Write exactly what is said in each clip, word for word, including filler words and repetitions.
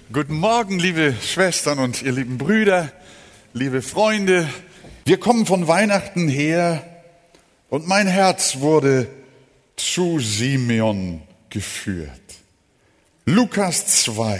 Guten Morgen, liebe Schwestern und ihr lieben Brüder, liebe Freunde. Wir kommen von Weihnachten her und mein Herz wurde zu Simeon geführt. Lukas zwei,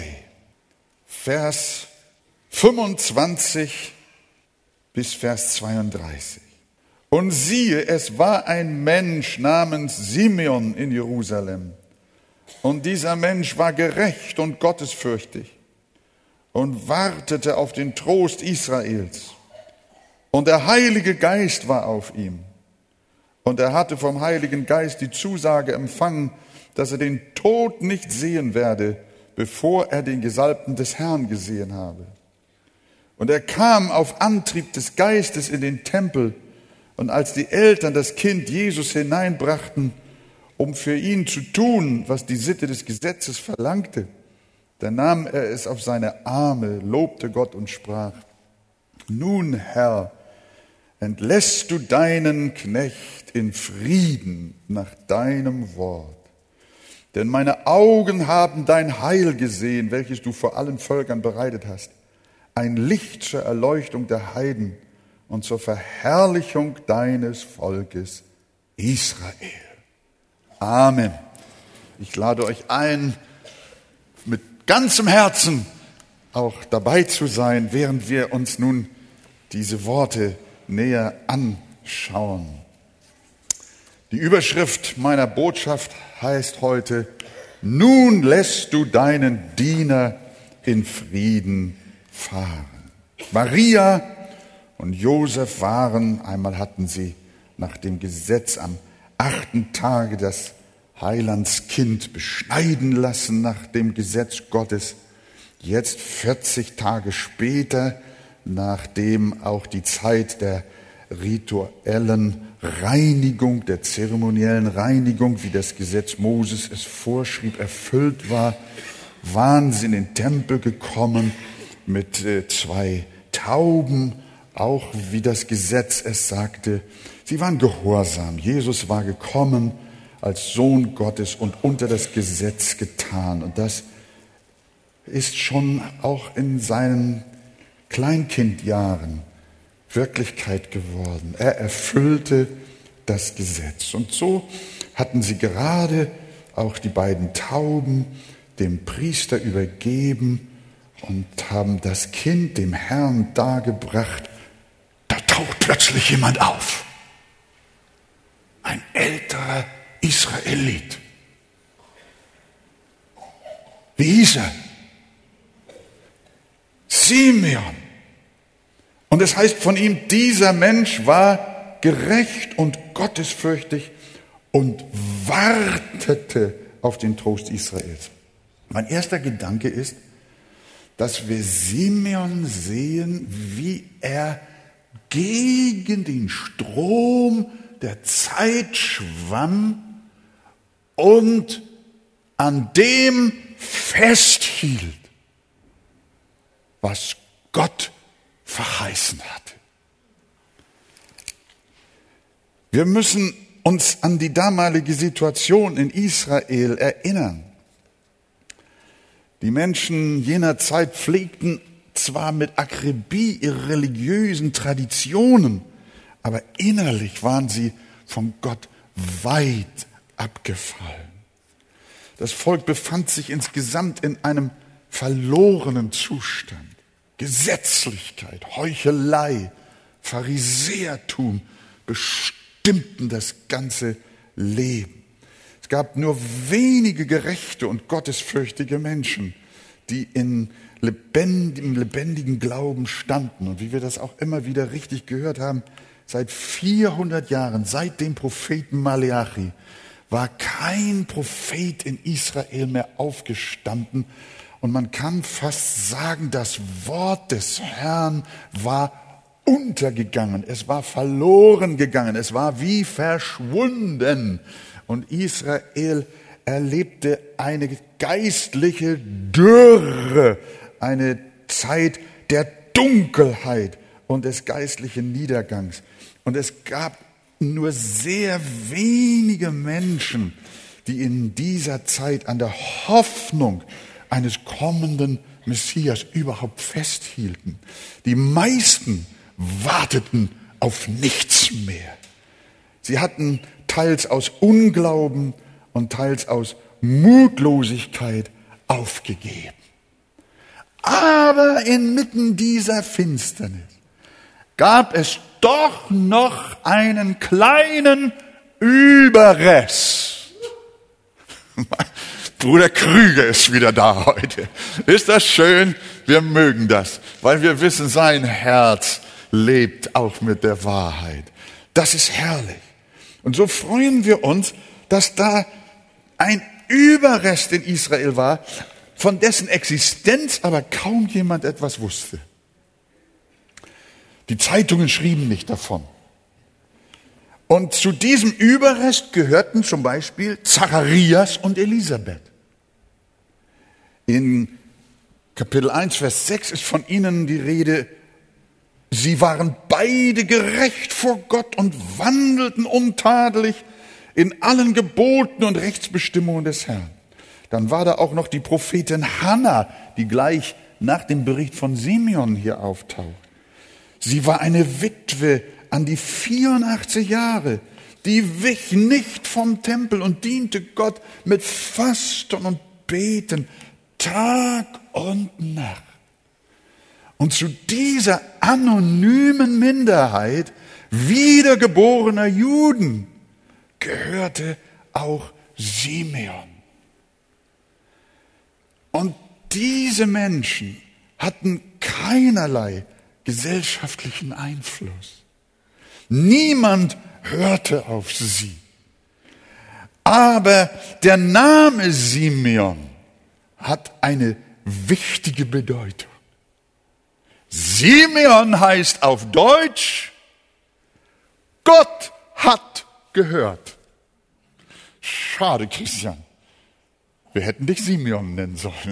Vers fünfundzwanzig bis Vers zweiunddreißig. Und siehe, es war ein Mensch namens Simeon in Jerusalem. Und dieser Mensch war gerecht und gottesfürchtig und wartete auf den Trost Israels. Und der Heilige Geist war auf ihm. Und er hatte vom Heiligen Geist die Zusage empfangen, dass er den Tod nicht sehen werde, bevor er den Gesalbten des Herrn gesehen habe. Und er kam auf Antrieb des Geistes in den Tempel. Und als die Eltern das Kind Jesus hineinbrachten, um für ihn zu tun, was die Sitte des Gesetzes verlangte, da nahm er es auf seine Arme, lobte Gott und sprach: Nun, Herr, entlässt du deinen Knecht in Frieden nach deinem Wort. Denn meine Augen haben dein Heil gesehen, welches du vor allen Völkern bereitet hast. Ein Licht zur Erleuchtung der Heiden und zur Verherrlichung deines Volkes Israel. Amen. Ich lade euch ein, mit ganzem Herzen auch dabei zu sein, während wir uns nun diese Worte näher anschauen. Die Überschrift meiner Botschaft heißt heute: Nun lässt du deinen Diener in Frieden fahren. Maria und Josef waren, einmal hatten sie nach dem Gesetz am achten Tage das Heilandskind beschneiden lassen nach dem Gesetz Gottes. Jetzt vierzig Tage später, nachdem auch die Zeit der rituellen Reinigung, der zeremoniellen Reinigung, wie das Gesetz Moses es vorschrieb, erfüllt war, waren sie in den Tempel gekommen mit äh, zwei Tauben, auch wie das Gesetz es sagte. Sie waren gehorsam. Jesus war gekommen als Sohn Gottes und unter das Gesetz getan. Und das ist schon auch in seinen Kleinkindjahren Wirklichkeit geworden. Er erfüllte das Gesetz. Und so hatten sie gerade auch die beiden Tauben dem Priester übergeben und haben das Kind dem Herrn dargebracht. Da taucht plötzlich jemand auf. Ein älterer Israelit. Wie hieß er? Simeon. Und es heißt von ihm, dieser Mensch war gerecht und gottesfürchtig und wartete auf den Trost Israels. Mein erster Gedanke ist, dass wir Simeon sehen, wie er gegen den Strom der Zeit schwamm und an dem festhielt, was Gott verheißen hatte. Wir müssen uns an die damalige Situation in Israel erinnern. Die Menschen jener Zeit pflegten zwar mit Akribie ihre religiösen Traditionen, aber innerlich waren sie von Gott weit abgefallen. Das Volk befand sich insgesamt in einem verlorenen Zustand. Gesetzlichkeit, Heuchelei, Pharisäertum bestimmten das ganze Leben. Es gab nur wenige gerechte und gottesfürchtige Menschen, die in lebend, im lebendigen Glauben standen. Und wie wir das auch immer wieder richtig gehört haben, seit vierhundert Jahren, seit dem Propheten Maleachi, war kein Prophet in Israel mehr aufgestanden. Und man kann fast sagen, das Wort des Herrn war untergegangen. Es war verloren gegangen. Es war wie verschwunden. Und Israel erlebte eine geistliche Dürre, eine Zeit der Dunkelheit und des geistlichen Niedergangs. Und es gab nur sehr wenige Menschen, die in dieser Zeit an der Hoffnung eines kommenden Messias überhaupt festhielten. Die meisten warteten auf nichts mehr. Sie hatten teils aus Unglauben und teils aus Mutlosigkeit aufgegeben. Aber inmitten dieser Finsternis gab es doch noch einen kleinen Überrest. Bruder Krüger ist wieder da heute. Ist das schön? Wir mögen das, weil wir wissen, sein Herz lebt auch mit der Wahrheit. Das ist herrlich. Und so freuen wir uns, dass da ein Überrest in Israel war, von dessen Existenz aber kaum jemand etwas wusste. Die Zeitungen schrieben nicht davon. Und zu diesem Überrest gehörten zum Beispiel Zacharias und Elisabeth. In Kapitel eins, Vers sechs ist von ihnen die Rede. Sie waren beide gerecht vor Gott und wandelten untadelig in allen Geboten und Rechtsbestimmungen des Herrn. Dann war da auch noch die Prophetin Hannah, die gleich nach dem Bericht von Simeon hier auftaucht. Sie war eine Witwe an die vierundachtzig Jahre, die wich nicht vom Tempel und diente Gott mit Fasten und Beten, Tag und Nacht. Und zu dieser anonymen Minderheit wiedergeborener Juden gehörte auch Simeon. Und diese Menschen hatten keinerlei gesellschaftlichen Einfluss. Niemand hörte auf sie. Aber der Name Simeon hat eine wichtige Bedeutung. Simeon heißt auf Deutsch, Gott hat gehört. Schade, Christian. Wir hätten dich Simeon nennen sollen.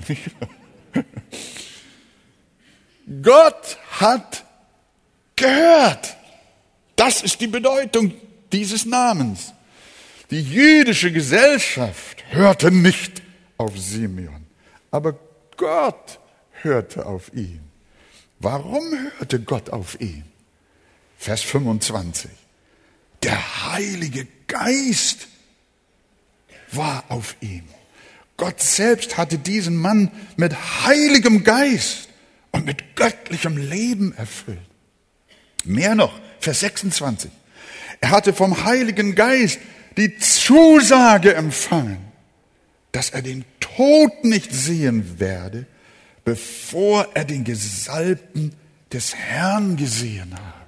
Gott hat gehört. Das ist die Bedeutung dieses Namens. Die jüdische Gesellschaft hörte nicht auf Simeon, aber Gott hörte auf ihn. Warum hörte Gott auf ihn? Vers fünfundzwanzig. Der Heilige Geist war auf ihm. Gott selbst hatte diesen Mann mit heiligem Geist und mit göttlichem Leben erfüllt. Mehr noch, Vers sechsundzwanzig. Er hatte vom Heiligen Geist die Zusage empfangen, dass er den Tod nicht sehen werde, bevor er den Gesalbten des Herrn gesehen habe.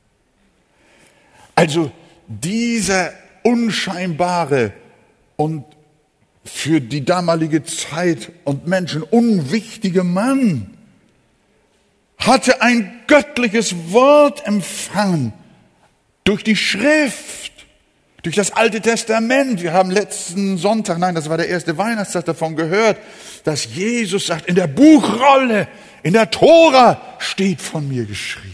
Also dieser unscheinbare und für die damalige Zeit und Menschen unwichtige Mann hatte ein göttliches Wort empfangen durch die Schrift, durch das Alte Testament. Wir haben letzten Sonntag, nein, das war der erste Weihnachtstag, davon gehört, dass Jesus sagt, in der Buchrolle, in der Tora steht von mir geschrieben.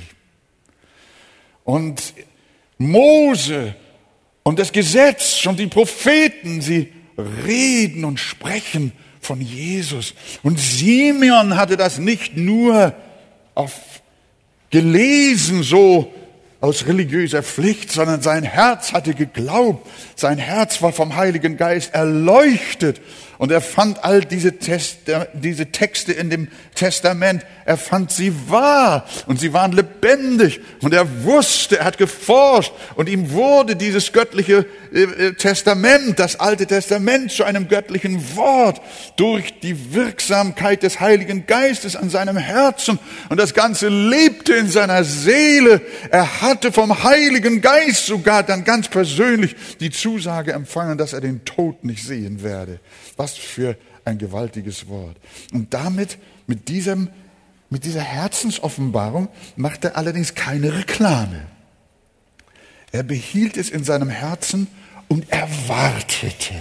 Und Mose und das Gesetz und die Propheten, sie reden und sprechen von Jesus. Und Simeon hatte das nicht nur auf gelesen, so aus religiöser Pflicht, sondern sein Herz hatte geglaubt. Sein Herz war vom Heiligen Geist erleuchtet. Und er fand all diese, Teste, diese Texte in dem Testament, er fand sie wahr und sie waren lebendig. Und er wusste, er hat geforscht und ihm wurde dieses göttliche äh, Testament, das Alte Testament zu einem göttlichen Wort durch die Wirksamkeit des Heiligen Geistes an seinem Herzen. Und das Ganze lebte in seiner Seele. Er hatte vom Heiligen Geist sogar dann ganz persönlich die Zusage empfangen, dass er den Tod nicht sehen werde. Was für ein gewaltiges Wort. Und damit, mit diesem, mit dieser Herzensoffenbarung, macht er allerdings keine Reklame. Er behielt es in seinem Herzen und er wartete.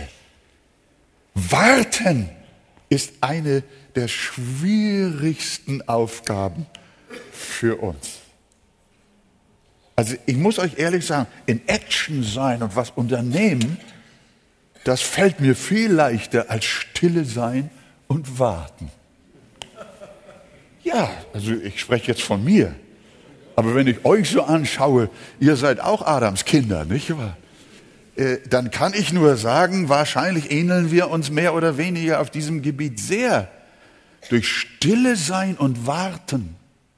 Warten ist eine der schwierigsten Aufgaben für uns. Also ich muss euch ehrlich sagen, in Action sein und was unternehmen, das fällt mir viel leichter als stille sein und warten. Ja, also ich spreche jetzt von mir. Aber wenn ich euch so anschaue, ihr seid auch Adams Kinder, nicht wahr? Äh, dann kann ich nur sagen, wahrscheinlich ähneln wir uns mehr oder weniger auf diesem Gebiet sehr. Durch Stille sein und warten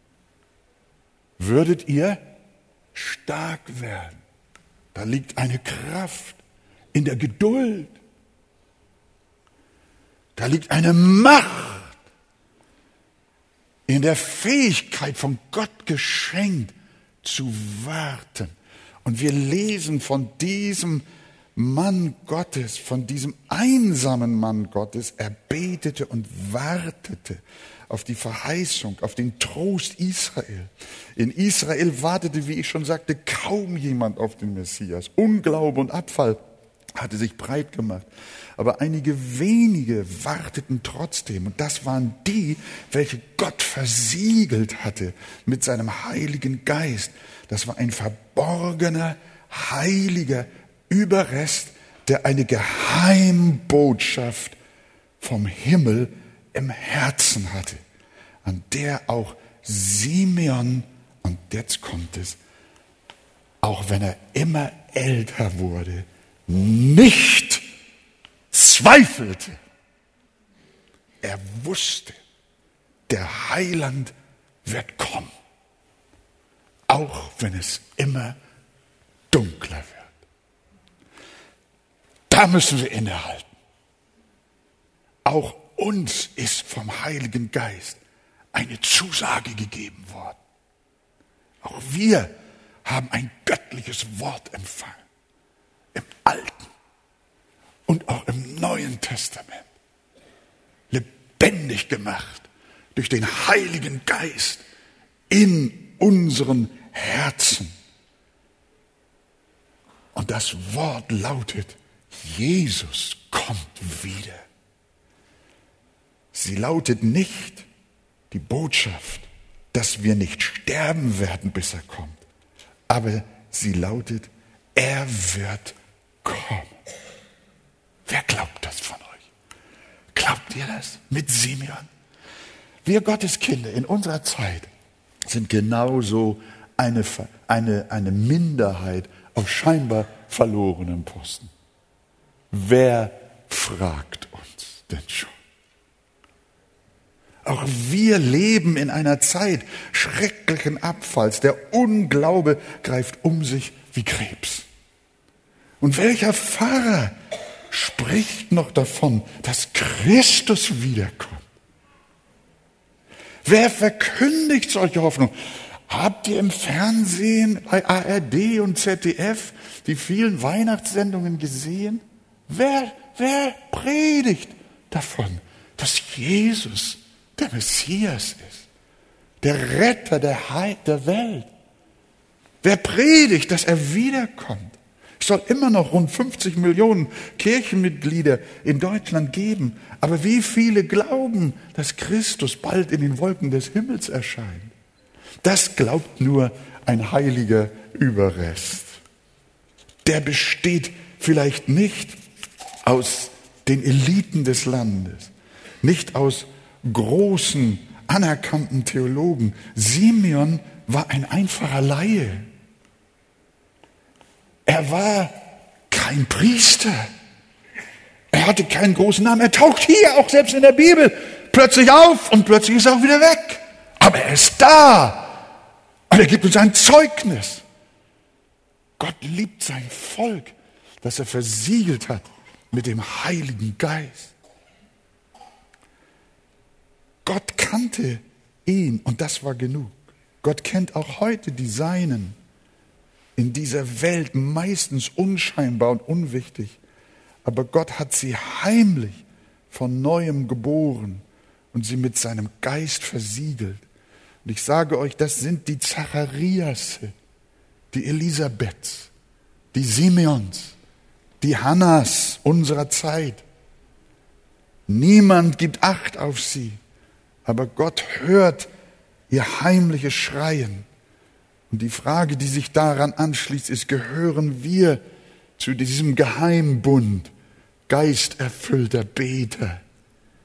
würdet ihr stark werden. Da liegt eine Kraft in der Geduld. Da liegt eine Macht in der Fähigkeit, von Gott geschenkt zu warten. Und wir lesen von diesem Mann Gottes, von diesem einsamen Mann Gottes. Er betete und wartete auf die Verheißung, auf den Trost Israel. In Israel wartete, wie ich schon sagte, kaum jemand auf den Messias. Unglaube und Abfall hatte sich breit gemacht. Aber einige wenige warteten trotzdem. Und das waren die, welche Gott versiegelt hatte mit seinem Heiligen Geist. Das war ein verborgener, heiliger Überrest, der eine Geheimbotschaft vom Himmel im Herzen hatte, an der auch Simeon, und jetzt kommt es, auch wenn er immer älter wurde, nicht zweifelte. Er wusste, der Heiland wird kommen, auch wenn es immer dunkler wird. Da müssen wir innehalten. Auch uns ist vom Heiligen Geist eine Zusage gegeben worden. Auch wir haben ein göttliches Wort empfangen. Im Alten und auch im Neuen Testament. Lebendig gemacht durch den Heiligen Geist in unseren Herzen. Und das Wort lautet, Jesus kommt wieder. Sie lautet nicht die Botschaft, dass wir nicht sterben werden, bis er kommt. Aber sie lautet, er wird kommen. Wer glaubt das von euch? Glaubt ihr das mit Simeon? Wir Gotteskinder in unserer Zeit sind genauso eine, eine, eine Minderheit auf scheinbar verlorenen Posten. Wer fragt uns denn schon? Auch wir leben in einer Zeit schrecklichen Abfalls. Der Unglaube greift um sich wie Krebs. Und welcher Pfarrer spricht noch davon, dass Christus wiederkommt? Wer verkündigt solche Hoffnung? Habt ihr im Fernsehen bei A R D und Z D F die vielen Weihnachtssendungen gesehen? Wer, wer predigt davon, dass Jesus der Messias ist, der Retter der, He- der Welt? Wer predigt, dass er wiederkommt? Es soll immer noch rund fünfzig Millionen Kirchenmitglieder in Deutschland geben. Aber wie viele glauben, dass Christus bald in den Wolken des Himmels erscheint? Das glaubt nur ein heiliger Überrest. Der besteht vielleicht nicht aus den Eliten des Landes, nicht aus großen, anerkannten Theologen. Simeon war ein einfacher Laie. Er war kein Priester. Er hatte keinen großen Namen. Er taucht hier auch selbst in der Bibel plötzlich auf und plötzlich ist er auch wieder weg. Aber er ist da. Und er gibt uns ein Zeugnis. Gott liebt sein Volk, das er versiegelt hat mit dem Heiligen Geist. Gott kannte ihn und das war genug. Gott kennt auch heute die Seinen. In dieser Welt meistens unscheinbar und unwichtig. Aber Gott hat sie heimlich von Neuem geboren und sie mit seinem Geist versiegelt. Und ich sage euch, das sind die Zachariasse, die Elisabeths, die Simeons, die Hannas unserer Zeit. Niemand gibt Acht auf sie, aber Gott hört ihr heimliches Schreien. Und die Frage, die sich daran anschließt, ist, gehören wir zu diesem Geheimbund geisterfüllter Beter,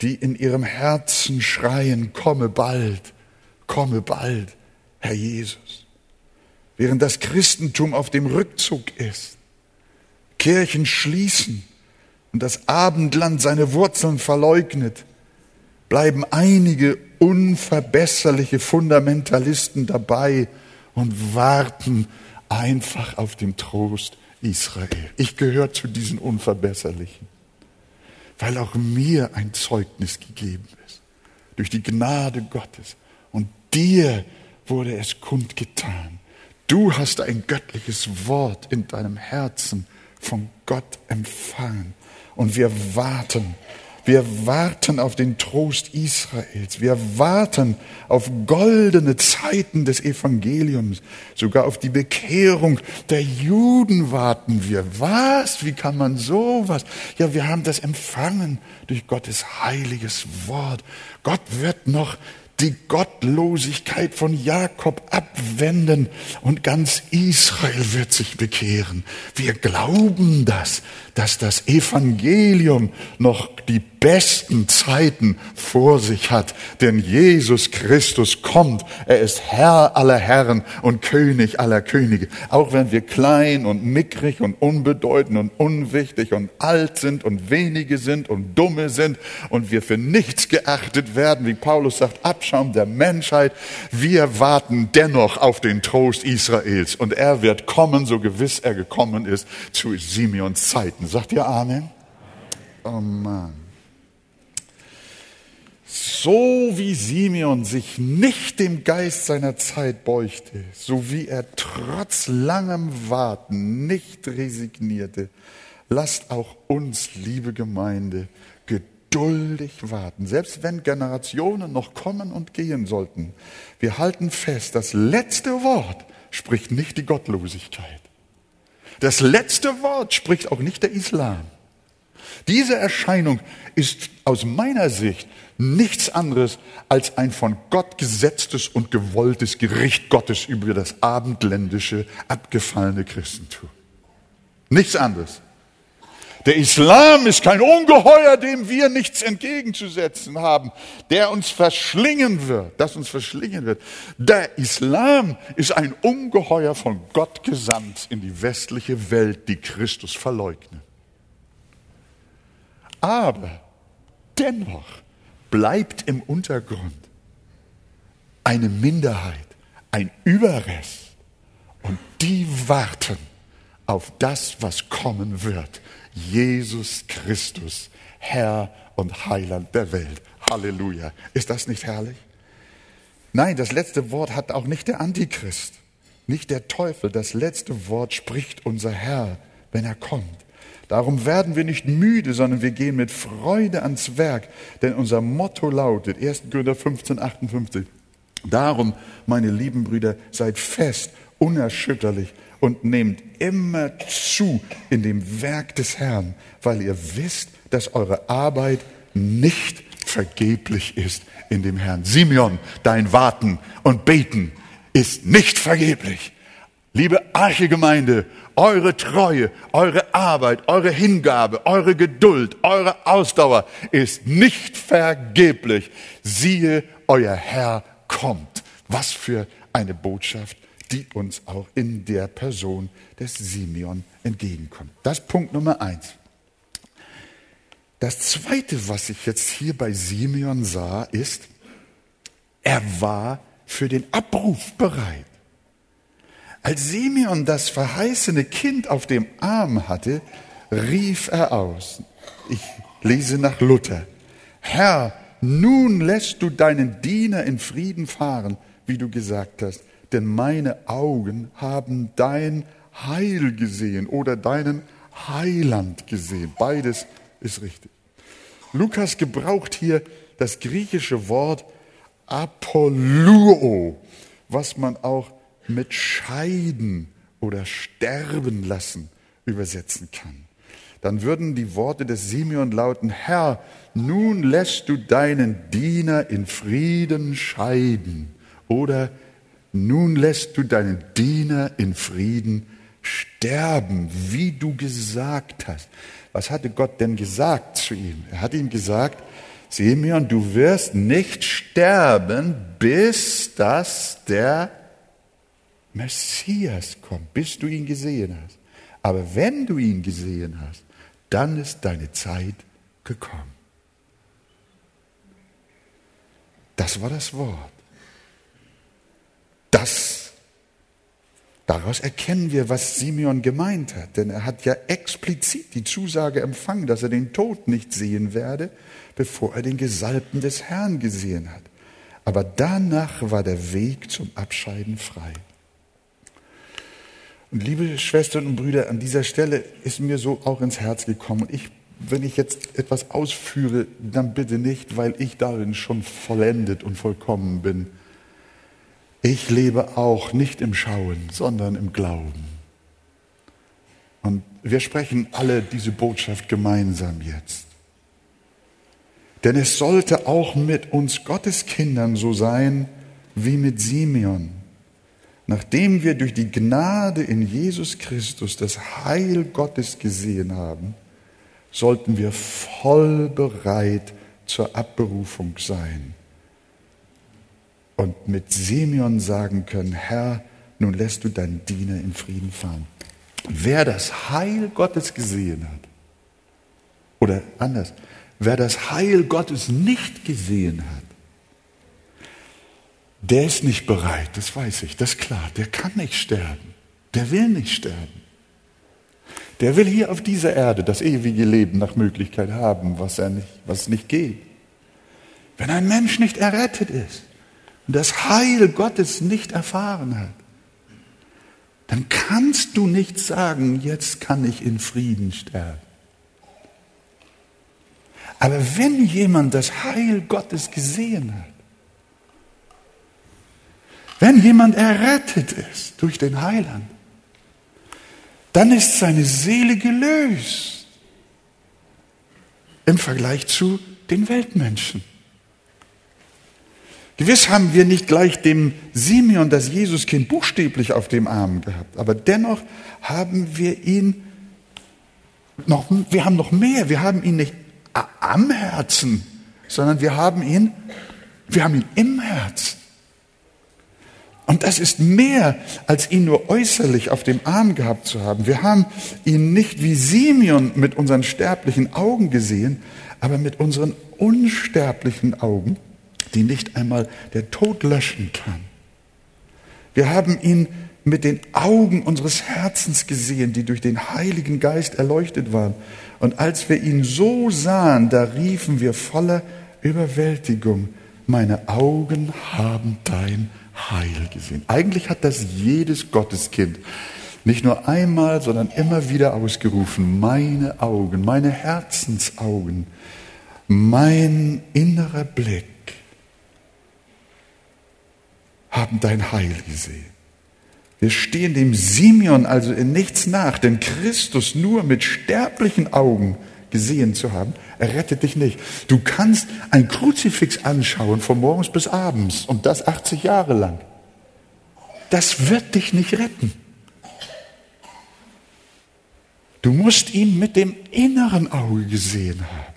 die in ihrem Herzen schreien, komme bald, komme bald, Herr Jesus. Während das Christentum auf dem Rückzug ist, Kirchen schließen und das Abendland seine Wurzeln verleugnet, bleiben einige unverbesserliche Fundamentalisten dabei und warten einfach auf den Trost Israel. Ich gehöre zu diesen Unverbesserlichen, weil auch mir ein Zeugnis gegeben ist, durch die Gnade Gottes. Und dir wurde es kundgetan. Du hast ein göttliches Wort in deinem Herzen von Gott empfangen. Und wir warten, wir warten auf den Trost Israels. Wir warten auf goldene Zeiten des Evangeliums. Sogar auf die Bekehrung der Juden warten wir. Was? Wie kann man sowas? Ja, wir haben das empfangen durch Gottes heiliges Wort. Gott wird noch die Gottlosigkeit von Jakob abwenden und ganz Israel wird sich bekehren. Wir glauben das, dass das Evangelium noch die besten Zeiten vor sich hat. Denn Jesus Christus kommt. Er ist Herr aller Herren und König aller Könige. Auch wenn wir klein und mickrig und unbedeutend und unwichtig und alt sind und wenige sind und dumme sind und wir für nichts geachtet werden, wie Paulus sagt, Abschaum der Menschheit. Wir warten dennoch auf den Trost Israels und er wird kommen, so gewiss er gekommen ist, zu Simeons Zeiten. Sagt ihr Amen? Oh Mann. So wie Simeon sich nicht dem Geist seiner Zeit beugte, so wie er trotz langem Warten nicht resignierte, lasst auch uns, liebe Gemeinde, geduldig warten. Selbst wenn Generationen noch kommen und gehen sollten, wir halten fest, das letzte Wort spricht nicht die Gottlosigkeit. Das letzte Wort spricht auch nicht der Islam. Diese Erscheinung ist aus meiner Sicht nichts anderes als ein von Gott gesetztes und gewolltes Gericht Gottes über das abendländische, abgefallene Christentum. Nichts anderes. Der Islam ist kein Ungeheuer, dem wir nichts entgegenzusetzen haben, der uns verschlingen wird, das uns verschlingen wird. Der Islam ist ein Ungeheuer von Gott gesandt in die westliche Welt, die Christus verleugnet. Aber dennoch bleibt im Untergrund eine Minderheit, ein Überrest. Und die warten auf das, was kommen wird. Jesus Christus, Herr und Heiland der Welt. Halleluja. Ist das nicht herrlich? Nein, das letzte Wort hat auch nicht der Antichrist, nicht der Teufel. Das letzte Wort spricht unser Herr, wenn er kommt. Darum werden wir nicht müde, sondern wir gehen mit Freude ans Werk. Denn unser Motto lautet, erster Korinther fünfzehn, achtundfünfzig. Darum, meine lieben Brüder, seid fest, unerschütterlich und nehmt immer zu in dem Werk des Herrn, weil ihr wisst, dass eure Arbeit nicht vergeblich ist in dem Herrn. Simeon, dein Warten und Beten ist nicht vergeblich. Liebe Archegemeinde, eure Treue, eure Arbeit, eure Hingabe, eure Geduld, eure Ausdauer ist nicht vergeblich. Siehe, euer Herr kommt. Was für eine Botschaft, die uns auch in der Person des Simeon entgegenkommt. Das ist Punkt Nummer eins. Das Zweite, was ich jetzt hier bei Simeon sah, ist, er war für den Abruf bereit. Als Simeon das verheißene Kind auf dem Arm hatte, rief er aus. Ich lese nach Luther. Herr, nun lässt du deinen Diener in Frieden fahren, wie du gesagt hast, denn meine Augen haben dein Heil gesehen oder deinen Heiland gesehen. Beides ist richtig. Lukas gebraucht hier das griechische Wort apolluo, was man auch mit scheiden oder sterben lassen übersetzen kann. Dann würden die Worte des Simeon lauten, Herr, nun lässt du deinen Diener in Frieden scheiden. Oder nun lässt du deinen Diener in Frieden sterben, wie du gesagt hast. Was hatte Gott denn gesagt zu ihm? Er hat ihm gesagt, Simeon, du wirst nicht sterben, bis dass der Messias kommt, bis du ihn gesehen hast. Aber wenn du ihn gesehen hast, dann ist deine Zeit gekommen. Das war das Wort. Das, daraus erkennen wir, was Simeon gemeint hat. Denn er hat ja explizit die Zusage empfangen, dass er den Tod nicht sehen werde, bevor er den Gesalbten des Herrn gesehen hat. Aber danach war der Weg zum Abscheiden frei. Und liebe Schwestern und Brüder, an dieser Stelle ist mir so auch ins Herz gekommen. Und ich, wenn ich jetzt etwas ausführe, dann bitte nicht, weil ich darin schon vollendet und vollkommen bin. Ich lebe auch nicht im Schauen, sondern im Glauben. Und wir sprechen alle diese Botschaft gemeinsam jetzt. Denn es sollte auch mit uns Gotteskindern so sein wie mit Simeon. Nachdem wir durch die Gnade in Jesus Christus das Heil Gottes gesehen haben, sollten wir voll bereit zur Abberufung sein. Und mit Simeon sagen können, Herr, nun lässt du deinen Diener in Frieden fahren. Wer das Heil Gottes gesehen hat, oder anders, wer das Heil Gottes nicht gesehen hat, der ist nicht bereit, das weiß ich, das ist klar, der kann nicht sterben, der will nicht sterben. Der will hier auf dieser Erde das ewige Leben nach Möglichkeit haben, was, er nicht, was nicht geht. Wenn ein Mensch nicht errettet ist und das Heil Gottes nicht erfahren hat, dann kannst du nicht sagen, jetzt kann ich in Frieden sterben. Aber wenn jemand das Heil Gottes gesehen hat, wenn jemand errettet ist durch den Heiland, dann ist seine Seele gelöst im Vergleich zu den Weltmenschen. Gewiss haben wir nicht gleich dem Simeon das Jesuskind buchstäblich auf dem Arm gehabt, aber dennoch haben wir ihn noch, wir haben noch mehr, wir haben ihn nicht am Herzen, sondern wir haben ihn, wir haben ihn im Herzen. Und das ist mehr, als ihn nur äußerlich auf dem Arm gehabt zu haben. Wir haben ihn nicht wie Simeon mit unseren sterblichen Augen gesehen, aber mit unseren unsterblichen Augen, die nicht einmal der Tod löschen kann. Wir haben ihn mit den Augen unseres Herzens gesehen, die durch den Heiligen Geist erleuchtet waren. Und als wir ihn so sahen, da riefen wir voller Überwältigung, meine Augen haben dein Heil gesehen. Eigentlich hat das jedes Gotteskind nicht nur einmal, sondern immer wieder ausgerufen. Meine Augen, meine Herzensaugen, mein innerer Blick haben dein Heil gesehen. Wir stehen dem Simeon also in nichts nach, denn Christus nur mit sterblichen Augen gesehen zu haben, errettet dich nicht. Du kannst ein Kruzifix anschauen von morgens bis abends und das achtzig Jahre lang. Das wird dich nicht retten. Du musst ihn mit dem inneren Auge gesehen haben.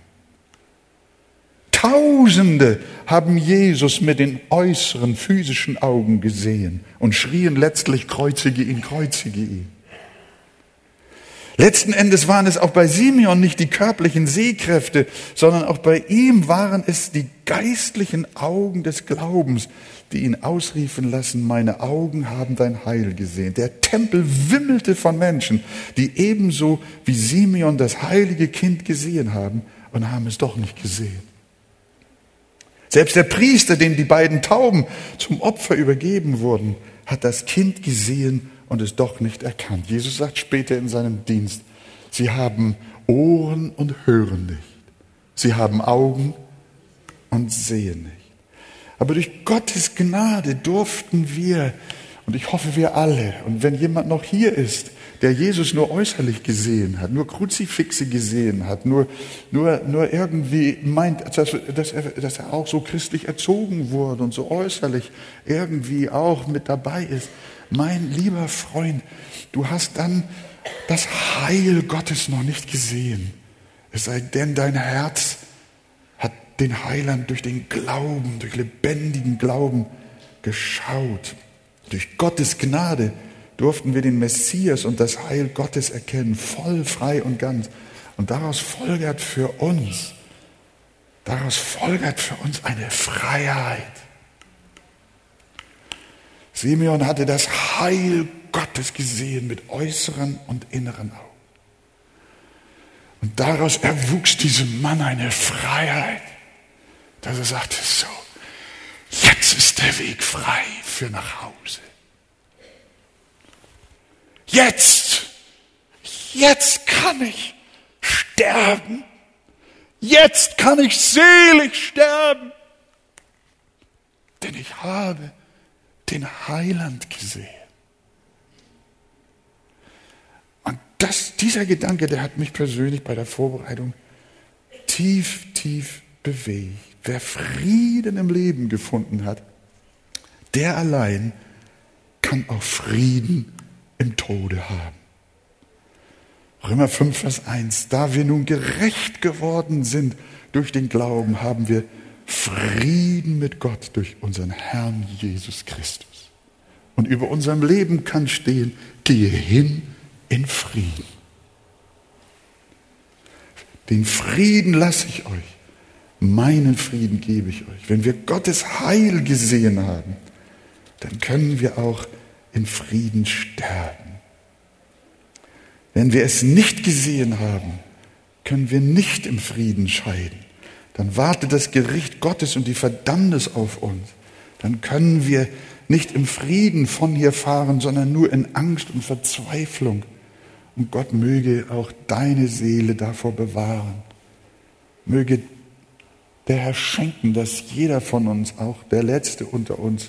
Tausende haben Jesus mit den äußeren physischen Augen gesehen und schrien letztlich, kreuzige ihn, kreuzige ihn. Letzten Endes waren es auch bei Simeon nicht die körperlichen Sehkräfte, sondern auch bei ihm waren es die geistlichen Augen des Glaubens, die ihn ausriefen lassen, meine Augen haben dein Heil gesehen. Der Tempel wimmelte von Menschen, die ebenso wie Simeon das heilige Kind gesehen haben und haben es doch nicht gesehen. Selbst der Priester, dem die beiden Tauben zum Opfer übergeben wurden, hat das Kind gesehen und es doch nicht erkannt. Jesus sagt später in seinem Dienst, sie haben Ohren und hören nicht. Sie haben Augen und sehen nicht. Aber durch Gottes Gnade durften wir, und ich hoffe wir alle, und wenn jemand noch hier ist, der Jesus nur äußerlich gesehen hat, nur Kruzifixe gesehen hat, nur, nur, nur irgendwie meint, dass, dass, er, dass er auch so christlich erzogen wurde und so äußerlich irgendwie auch mit dabei ist, mein lieber Freund, du hast dann das Heil Gottes noch nicht gesehen. Es sei denn, dein Herz hat den Heiland durch den Glauben, durch lebendigen Glauben geschaut. Durch Gottes Gnade durften wir den Messias und das Heil Gottes erkennen, voll, frei und ganz. Und daraus folgert für uns, daraus folgert für uns eine Freiheit. Simeon hatte das Heil Gottes gesehen mit äußeren und inneren Augen. Und daraus erwuchs diesem Mann eine Freiheit, dass er sagte, so, jetzt ist der Weg frei für nach Hause. Jetzt, jetzt kann ich sterben. Jetzt kann ich selig sterben. Denn ich habe den Heiland gesehen. Und das, dieser Gedanke, der hat mich persönlich bei der Vorbereitung tief, tief bewegt. Wer Frieden im Leben gefunden hat, der allein kann auch Frieden im Tode haben. Römer fünf, Vers eins. Da wir nun gerecht geworden sind durch den Glauben, haben wir Frieden mit Gott durch unseren Herrn Jesus Christus. Und über unserem Leben kann stehen, gehe hin in Frieden. Den Frieden lasse ich euch, meinen Frieden gebe ich euch. Wenn wir Gottes Heil gesehen haben, dann können wir auch in Frieden sterben. Wenn wir es nicht gesehen haben, können wir nicht im Frieden scheiden. Dann wartet das Gericht Gottes und die Verdammnis auf uns. Dann können wir nicht im Frieden von hier fahren, sondern nur in Angst und Verzweiflung. Und Gott möge auch deine Seele davor bewahren. Möge der Herr schenken, dass jeder von uns, auch der Letzte unter uns,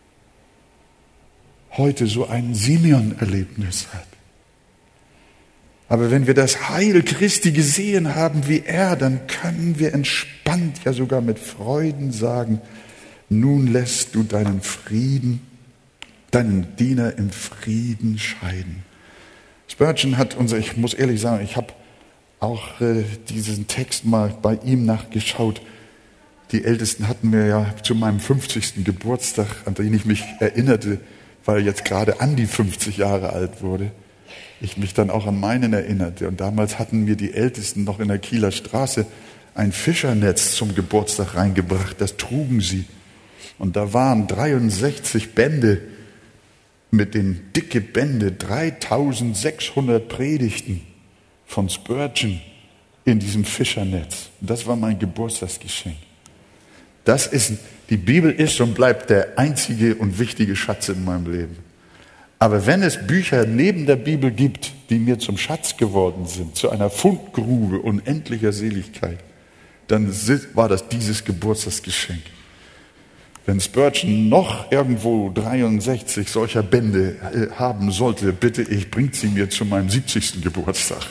heute so ein Simeon-Erlebnis hat. Aber wenn wir das Heil Christi gesehen haben wie er, dann können wir entspannt, ja sogar mit Freuden sagen, nun lässt du deinen Frieden, deinen Diener im Frieden scheiden. Spurgeon hat unser, ich muss ehrlich sagen, ich habe auch äh, diesen Text mal bei ihm nachgeschaut. Die Ältesten hatten mir ja zu meinem fünfzigsten Geburtstag, an den ich mich erinnerte, weil jetzt gerade Andi fünfzig Jahre alt wurde, ich mich dann auch an meinen erinnerte. Und damals hatten mir die Ältesten noch in der Kieler Straße ein Fischernetz zum Geburtstag reingebracht. Das trugen sie. Und da waren dreiundsechzig Bände mit den dicke Bände, dreitausendsechshundert Predigten von Spurgeon in diesem Fischernetz. Das war mein Geburtstagsgeschenk. Das ist, die Bibel ist und bleibt der einzige und wichtige Schatz in meinem Leben. Aber wenn es Bücher neben der Bibel gibt, die mir zum Schatz geworden sind, zu einer Fundgrube unendlicher Seligkeit, dann war das dieses Geburtstagsgeschenk. Wenn Spurgeon noch irgendwo dreiundsechzig solcher Bände haben sollte, bitte ich, bringt sie mir zu meinem siebzigsten Geburtstag.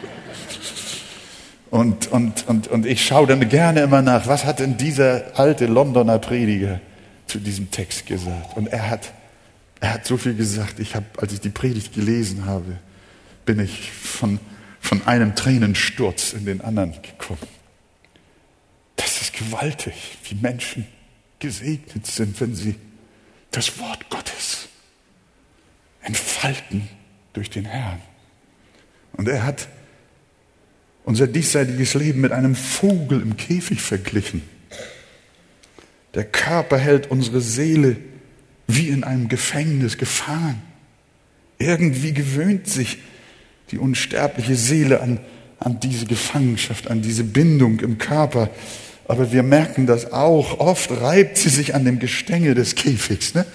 Und, und, und, und ich schaue dann gerne immer nach, was hat denn dieser alte Londoner Prediger zu diesem Text gesagt? Und er hat Er hat so viel gesagt. Ich habe, als ich die Predigt gelesen habe, bin ich von, von einem Tränensturz in den anderen gekommen. Das ist gewaltig, wie Menschen gesegnet sind, wenn sie das Wort Gottes entfalten durch den Herrn. Und er hat unser diesseitiges Leben mit einem Vogel im Käfig verglichen. Der Körper hält unsere Seele wie in einem Gefängnis gefangen. Irgendwie gewöhnt sich die unsterbliche Seele an, an diese Gefangenschaft, an diese Bindung im Körper. Aber wir merken das auch. Oft reibt sie sich an dem Gestänge des Käfigs. Ne?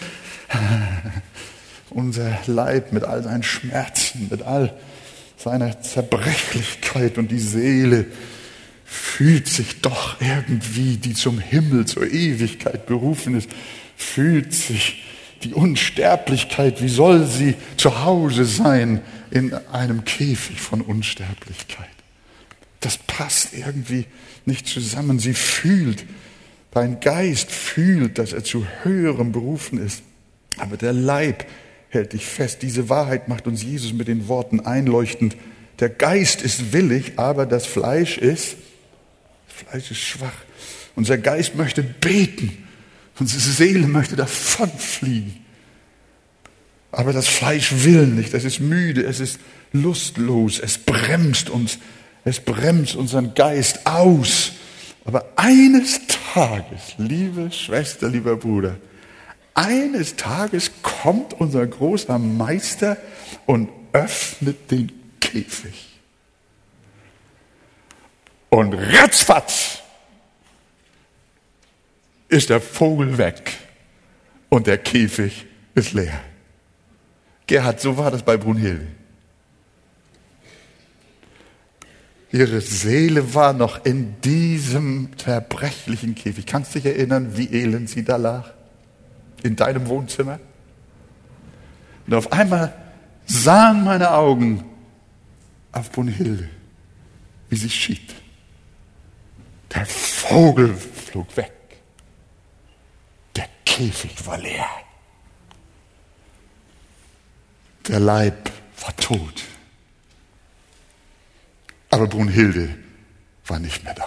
Unser Leib mit all seinen Schmerzen, mit all seiner Zerbrechlichkeit, und die Seele fühlt sich doch irgendwie, die zum Himmel, zur Ewigkeit berufen ist, fühlt sich die Unsterblichkeit, wie soll sie zu Hause sein in einem Käfig von Unsterblichkeit? Das passt irgendwie nicht zusammen. Sie fühlt, dein Geist fühlt, dass er zu Höherem berufen ist. Aber der Leib hält dich fest. Diese Wahrheit macht uns Jesus mit den Worten einleuchtend. Der Geist ist willig, aber das Fleisch ist, das Fleisch ist schwach. Unser Geist möchte beten. Unsere Seele möchte davonfliegen. Aber das Fleisch will nicht. Es ist müde, es ist lustlos, es bremst uns, es bremst unseren Geist aus. Aber eines Tages, liebe Schwester, lieber Bruder, eines Tages kommt unser großer Meister und öffnet den Käfig. Und ratzfatz ist der Vogel weg und der Käfig ist leer. Gerhard, so war das bei Brunhilde. Ihre Seele war noch in diesem zerbrechlichen Käfig. Kannst du dich erinnern, wie elend sie da lag? In deinem Wohnzimmer? Und auf einmal sahen meine Augen auf Brunhilde, wie sie schied. Der Vogel flog weg. Der Käfig war leer. Der Leib war tot. Aber Brunhilde war nicht mehr da.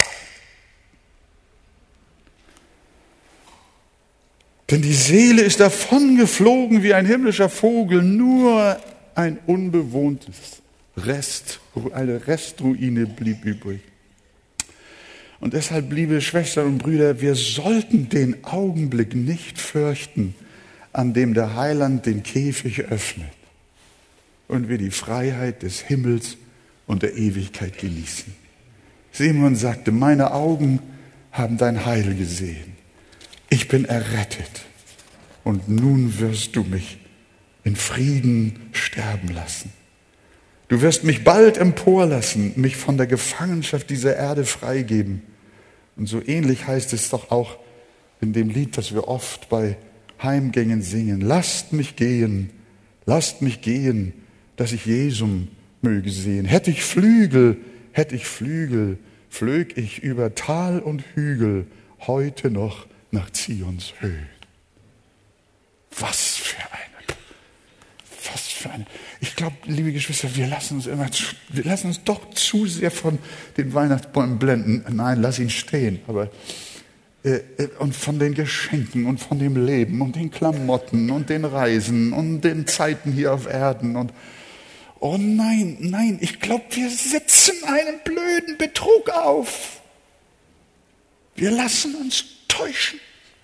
Denn die Seele ist davongeflogen wie ein himmlischer Vogel, nur ein unbewohntes Rest, eine Restruine blieb übrig. Und deshalb, liebe Schwestern und Brüder, wir sollten den Augenblick nicht fürchten, an dem der Heiland den Käfig öffnet und wir die Freiheit des Himmels und der Ewigkeit genießen. Simeon sagte, meine Augen haben dein Heil gesehen. Ich bin errettet und nun wirst du mich in Frieden sterben lassen. Du wirst mich bald emporlassen, mich von der Gefangenschaft dieser Erde freigeben. Und so ähnlich heißt es doch auch in dem Lied, das wir oft bei Heimgängen singen. Lasst mich gehen, lasst mich gehen, dass ich Jesum möge sehen. Hätte ich Flügel, hätte ich Flügel, flög ich über Tal und Hügel, heute noch nach Zions Höhe. Was für eine, was für eine. Ich glaube, liebe Geschwister, wir lassen uns immer, zu, wir lassen uns doch zu sehr von den Weihnachtsbäumen blenden. Nein, lass ihn stehen, aber äh, und von den Geschenken und von dem Leben und den Klamotten und den Reisen und den Zeiten hier auf Erden und oh nein, nein, ich glaube, wir sitzen einen blöden Betrug auf. Wir lassen uns täuschen.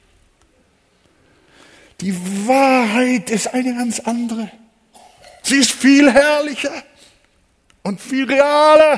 Die Wahrheit ist eine ganz andere. Sie ist viel herrlicher und viel realer.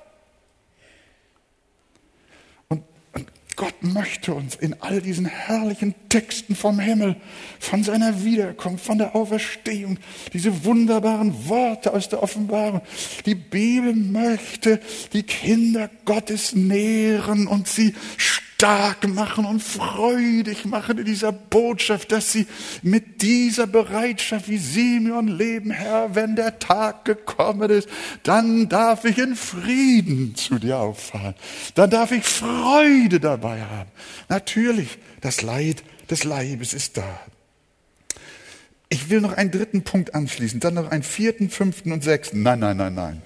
Und, und Gott möchte uns in all diesen herrlichen Texten vom Himmel, von seiner Wiederkunft, von der Auferstehung, diese wunderbaren Worte aus der Offenbarung. Die Bibel möchte die Kinder Gottes nähren und sie stark machen und freudig machen in dieser Botschaft, dass sie mit dieser Bereitschaft wie Simeon leben, Herr, wenn der Tag gekommen ist, dann darf ich in Frieden zu dir auffahren. Dann darf ich Freude dabei haben. Natürlich, das Leid des Leibes ist da. Ich will noch einen dritten Punkt anschließen, dann noch einen vierten, fünften und sechsten. Nein, nein, nein, nein.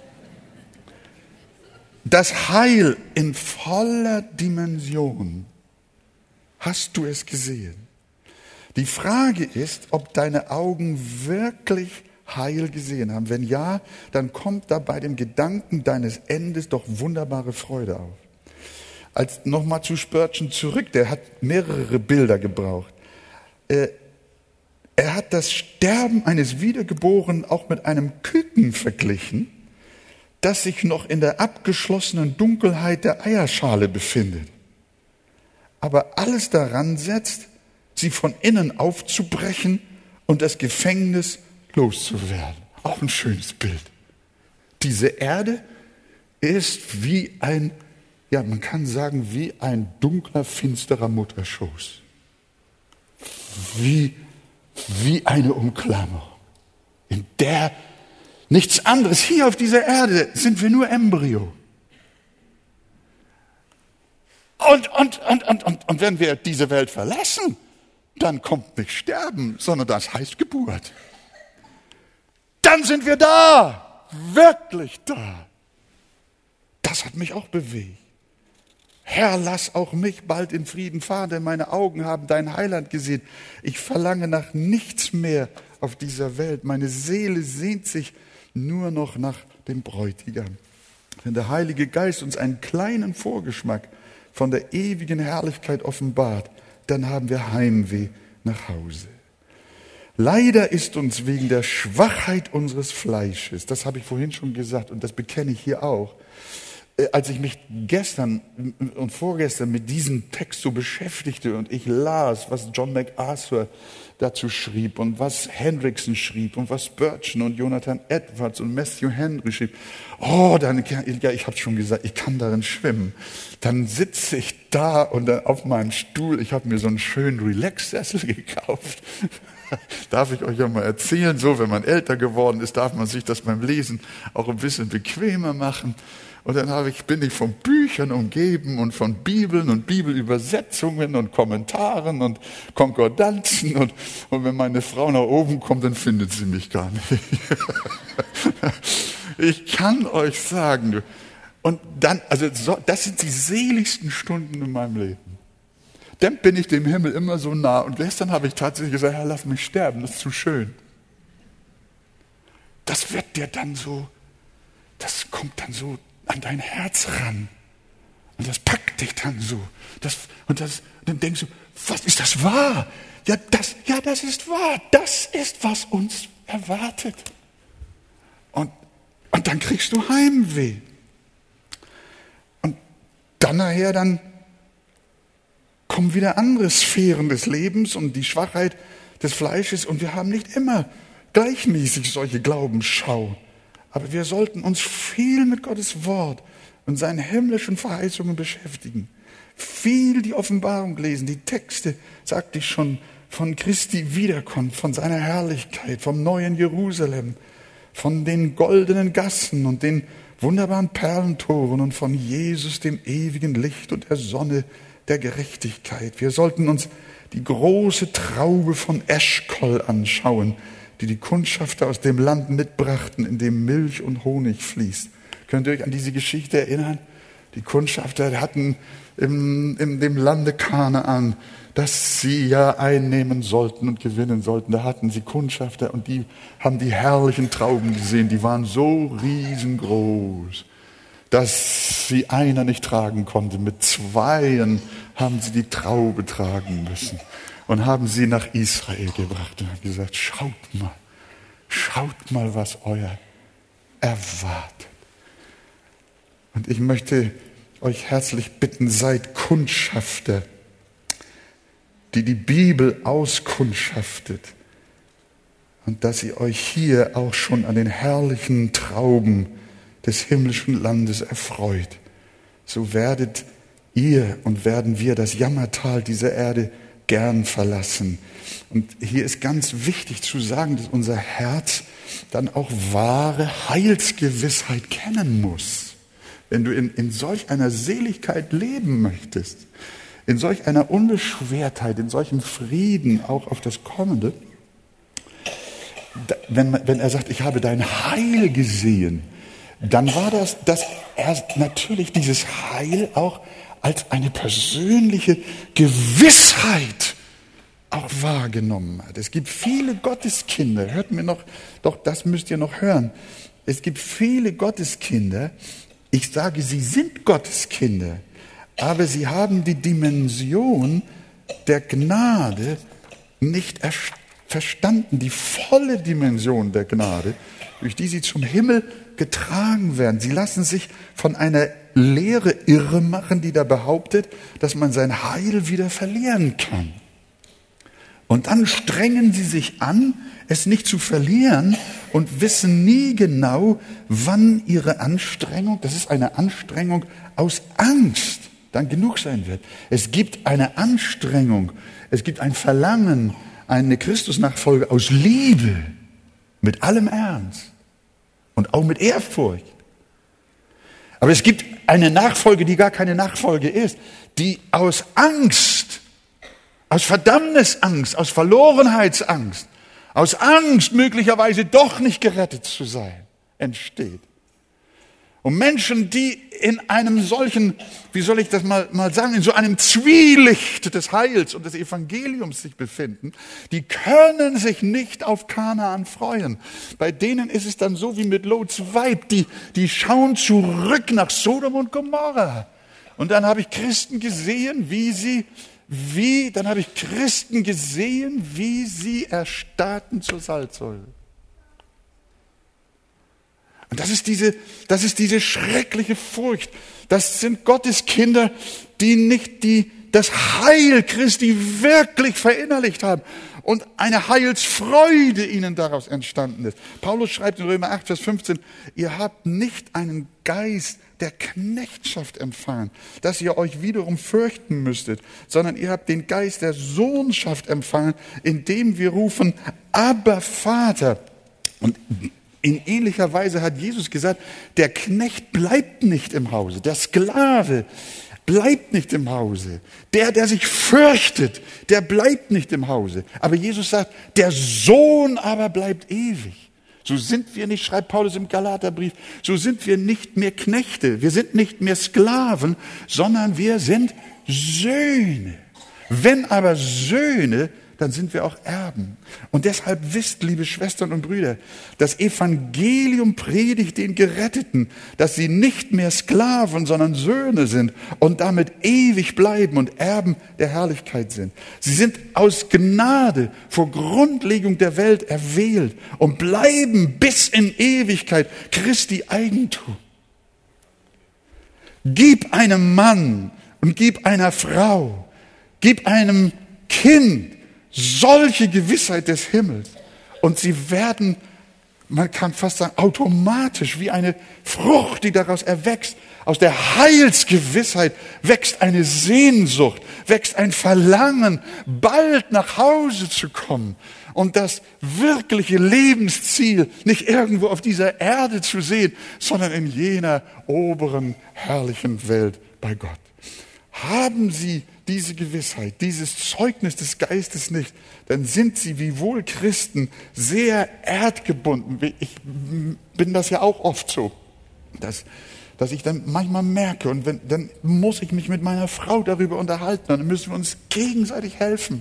Das Heil in voller Dimension. Hast du es gesehen? Die Frage ist, ob deine Augen wirklich Heil gesehen haben. Wenn ja, dann kommt da bei dem Gedanken deines Endes doch wunderbare Freude auf. Als nochmal zu Spurgeon zurück, der hat mehrere Bilder gebraucht. Äh, er hat das Sterben eines Wiedergeborenen auch mit einem Küken verglichen, das sich noch in der abgeschlossenen Dunkelheit der Eierschale befindet, aber alles daran setzt, sie von innen aufzubrechen und das Gefängnis loszuwerden. Auch ein schönes Bild. Diese Erde ist wie ein, ja, man kann sagen, wie ein dunkler, finsterer Mutterschoß. Wie, wie eine Umklammerung, in der nichts anderes. Hier auf dieser Erde sind wir nur Embryo. Und, und, und, und, und, und wenn wir diese Welt verlassen, dann kommt nicht Sterben, sondern das heißt Geburt. Dann sind wir da, wirklich da. Das hat mich auch bewegt. Herr, lass auch mich bald in Frieden fahren, denn meine Augen haben dein Heiland gesehen. Ich verlange nach nichts mehr auf dieser Welt. Meine Seele sehnt sich nur noch nach dem Bräutigam. Wenn der Heilige Geist uns einen kleinen Vorgeschmack von der ewigen Herrlichkeit offenbart, dann haben wir Heimweh nach Hause. Leider ist uns wegen der Schwachheit unseres Fleisches, das habe ich vorhin schon gesagt und das bekenne ich hier auch, als ich mich gestern und vorgestern mit diesem Text so beschäftigte und ich las, was John MacArthur dazu schrieb und was Hendrickson schrieb und was Spurgeon und Jonathan Edwards und Matthew Henry schrieb, oh, dann, ja, ich habe schon gesagt, ich kann darin schwimmen. Dann sitze ich da und dann auf meinem Stuhl, ich habe mir so einen schönen Relax-Sessel gekauft. Darf ich euch ja mal erzählen, so, wenn man älter geworden ist, darf man sich das beim Lesen auch ein bisschen bequemer machen. Und dann habe ich, bin ich von Büchern umgeben und von Bibeln und Bibelübersetzungen und Kommentaren und Konkordanzen. Und, und wenn meine Frau nach oben kommt, dann findet sie mich gar nicht. Ich kann euch sagen, und dann, also so, das sind die seligsten Stunden in meinem Leben. Dann bin ich dem Himmel immer so nah. Und gestern habe ich tatsächlich gesagt, Herr, lass mich sterben, das ist zu schön. Das wird dir dann so, das kommt dann so an dein Herz ran. Und das packt dich dann so. Das, und das, dann denkst du, was ist das wahr? Ja das, ja, das ist wahr. Das ist, was uns erwartet. Und, und dann kriegst du Heimweh. Und dann nachher, dann kommen wieder andere Sphären des Lebens und die Schwachheit des Fleisches. Und wir haben nicht immer gleichmäßig solche Glaubensschau. Aber wir sollten uns viel mit Gottes Wort und seinen himmlischen Verheißungen beschäftigen. Viel die Offenbarung lesen, die Texte, sagte ich schon, von Christi Wiederkunft, von seiner Herrlichkeit, vom neuen Jerusalem, von den goldenen Gassen und den wunderbaren Perlentoren und von Jesus, dem ewigen Licht und der Sonne der Gerechtigkeit. Wir sollten uns die große Traube von Eschkol anschauen, die die Kundschafter aus dem Land mitbrachten, in dem Milch und Honig fließt. Könnt ihr euch an diese Geschichte erinnern? Die Kundschafter hatten in, in dem Lande Kanaan, das sie ja einnehmen sollten und gewinnen sollten. Da hatten sie Kundschafter und die haben die herrlichen Trauben gesehen. Die waren so riesengroß, dass sie einer nicht tragen konnte. Mit zweien haben sie die Traube tragen müssen. Und haben sie nach Israel gebracht und haben gesagt, schaut mal, schaut mal, was euer erwartet. Und ich möchte euch herzlich bitten, seid Kundschafter, die die Bibel auskundschaftet. Und dass ihr euch hier auch schon an den herrlichen Trauben des himmlischen Landes erfreut. So werdet ihr und werden wir das Jammertal dieser Erde gern verlassen. Und hier ist ganz wichtig zu sagen, dass unser Herz dann auch wahre Heilsgewissheit kennen muss. Wenn du in, in solch einer Seligkeit leben möchtest, in solch einer Unbeschwertheit, in solchem Frieden auch auf das Kommende, wenn, wenn er sagt, ich habe dein Heil gesehen, dann war das, dass er natürlich dieses Heil auch als eine persönliche Gewissheit auch wahrgenommen hat. Es gibt viele Gotteskinder, hört mir noch, doch das müsst ihr noch hören. Es gibt viele Gotteskinder, ich sage, sie sind Gotteskinder, aber sie haben die Dimension der Gnade nicht verstanden, die volle Dimension der Gnade, durch die sie zum Himmel getragen werden. Sie lassen sich von einer Lehre irre machen, die da behauptet, dass man sein Heil wieder verlieren kann. Und dann strengen sie sich an, es nicht zu verlieren und wissen nie genau, wann ihre Anstrengung, das ist eine Anstrengung aus Angst, dann genug sein wird. Es gibt eine Anstrengung, es gibt ein Verlangen, eine Christusnachfolge aus Liebe, mit allem Ernst und auch mit Ehrfurcht. Aber es gibt eine Nachfolge, die gar keine Nachfolge ist, die aus Angst, aus Verdammnisangst, aus Verlorenheitsangst, aus Angst, möglicherweise doch nicht gerettet zu sein, entsteht. Und Menschen, die in einem solchen, wie soll ich das mal, mal sagen, in so einem Zwielicht des Heils und des Evangeliums sich befinden, die können sich nicht auf Kanaan freuen. Bei denen ist es dann so wie mit Lots Weib, die, die schauen zurück nach Sodom und Gomorra. Und dann habe ich Christen gesehen, wie sie, wie, dann habe ich Christen gesehen, wie sie erstarrten zur Salzsäule. Und das ist diese, das ist diese schreckliche Furcht. Das sind Gottes Kinder, die nicht die, das Heil Christi wirklich verinnerlicht haben und eine Heilsfreude ihnen daraus entstanden ist. Paulus schreibt in Römer acht, Vers fünfzehn, ihr habt nicht einen Geist der Knechtschaft empfangen, dass ihr euch wiederum fürchten müsstet, sondern ihr habt den Geist der Sohnschaft empfangen, indem wir rufen, aber Vater. Und in ähnlicher Weise hat Jesus gesagt, der Knecht bleibt nicht im Hause, der Sklave bleibt nicht im Hause, der, der sich fürchtet, der bleibt nicht im Hause. Aber Jesus sagt, der Sohn aber bleibt ewig. So sind wir nicht, schreibt Paulus im Galaterbrief, so sind wir nicht mehr Knechte, wir sind nicht mehr Sklaven, sondern wir sind Söhne. Wenn aber Söhne, dann sind wir auch Erben. Und deshalb wisst, liebe Schwestern und Brüder, das Evangelium predigt den Geretteten, dass sie nicht mehr Sklaven, sondern Söhne sind und damit ewig bleiben und Erben der Herrlichkeit sind. Sie sind aus Gnade vor Grundlegung der Welt erwählt und bleiben bis in Ewigkeit Christi Eigentum. Gib einem Mann und gib einer Frau, gib einem Kind solche Gewissheit des Himmels. Und sie werden, man kann fast sagen, automatisch wie eine Frucht, die daraus erwächst. Aus der Heilsgewissheit wächst eine Sehnsucht, wächst ein Verlangen, bald nach Hause zu kommen. Und das wirkliche Lebensziel nicht irgendwo auf dieser Erde zu sehen, sondern in jener oberen, herrlichen Welt bei Gott. Haben Sie diese Gewissheit, dieses Zeugnis des Geistes nicht, dann sind Sie wie wohl Christen sehr erdgebunden. Ich bin das ja auch oft so, dass, dass ich dann manchmal merke, und wenn, dann muss ich mich mit meiner Frau darüber unterhalten, dann müssen wir uns gegenseitig helfen,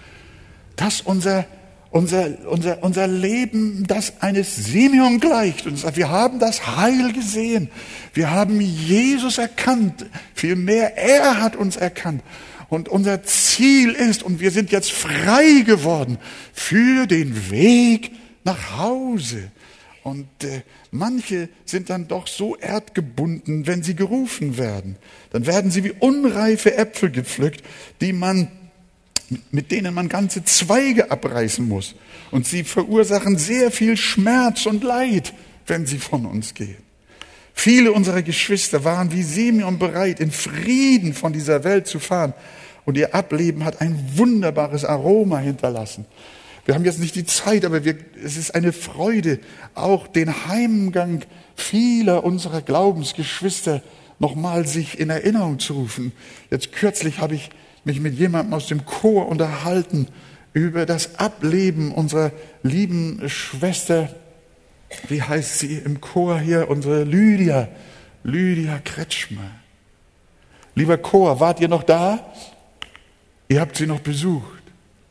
dass unser Unser, unser, unser Leben das eines Simeon gleicht. Und wir haben das Heil gesehen. Wir haben Jesus erkannt. Vielmehr, er hat uns erkannt. Und unser Ziel ist, und wir sind jetzt frei geworden für den Weg nach Hause. Und äh, manche sind dann doch so erdgebunden, wenn sie gerufen werden. Dann werden sie wie unreife Äpfel gepflückt, die man mit denen man ganze Zweige abreißen muss. Und sie verursachen sehr viel Schmerz und Leid, wenn sie von uns gehen. Viele unserer Geschwister waren wie Simeon bereit, in Frieden von dieser Welt zu fahren. Und ihr Ableben hat ein wunderbares Aroma hinterlassen. Wir haben jetzt nicht die Zeit, aber wir, es ist eine Freude, auch den Heimgang vieler unserer Glaubensgeschwister nochmal sich in Erinnerung zu rufen. Jetzt kürzlich habe ich mich mit jemandem aus dem Chor unterhalten über das Ableben unserer lieben Schwester, wie heißt sie im Chor hier, unsere Lydia, Lydia Kretschmer. Lieber Chor, wart ihr noch da? Ihr habt sie noch besucht.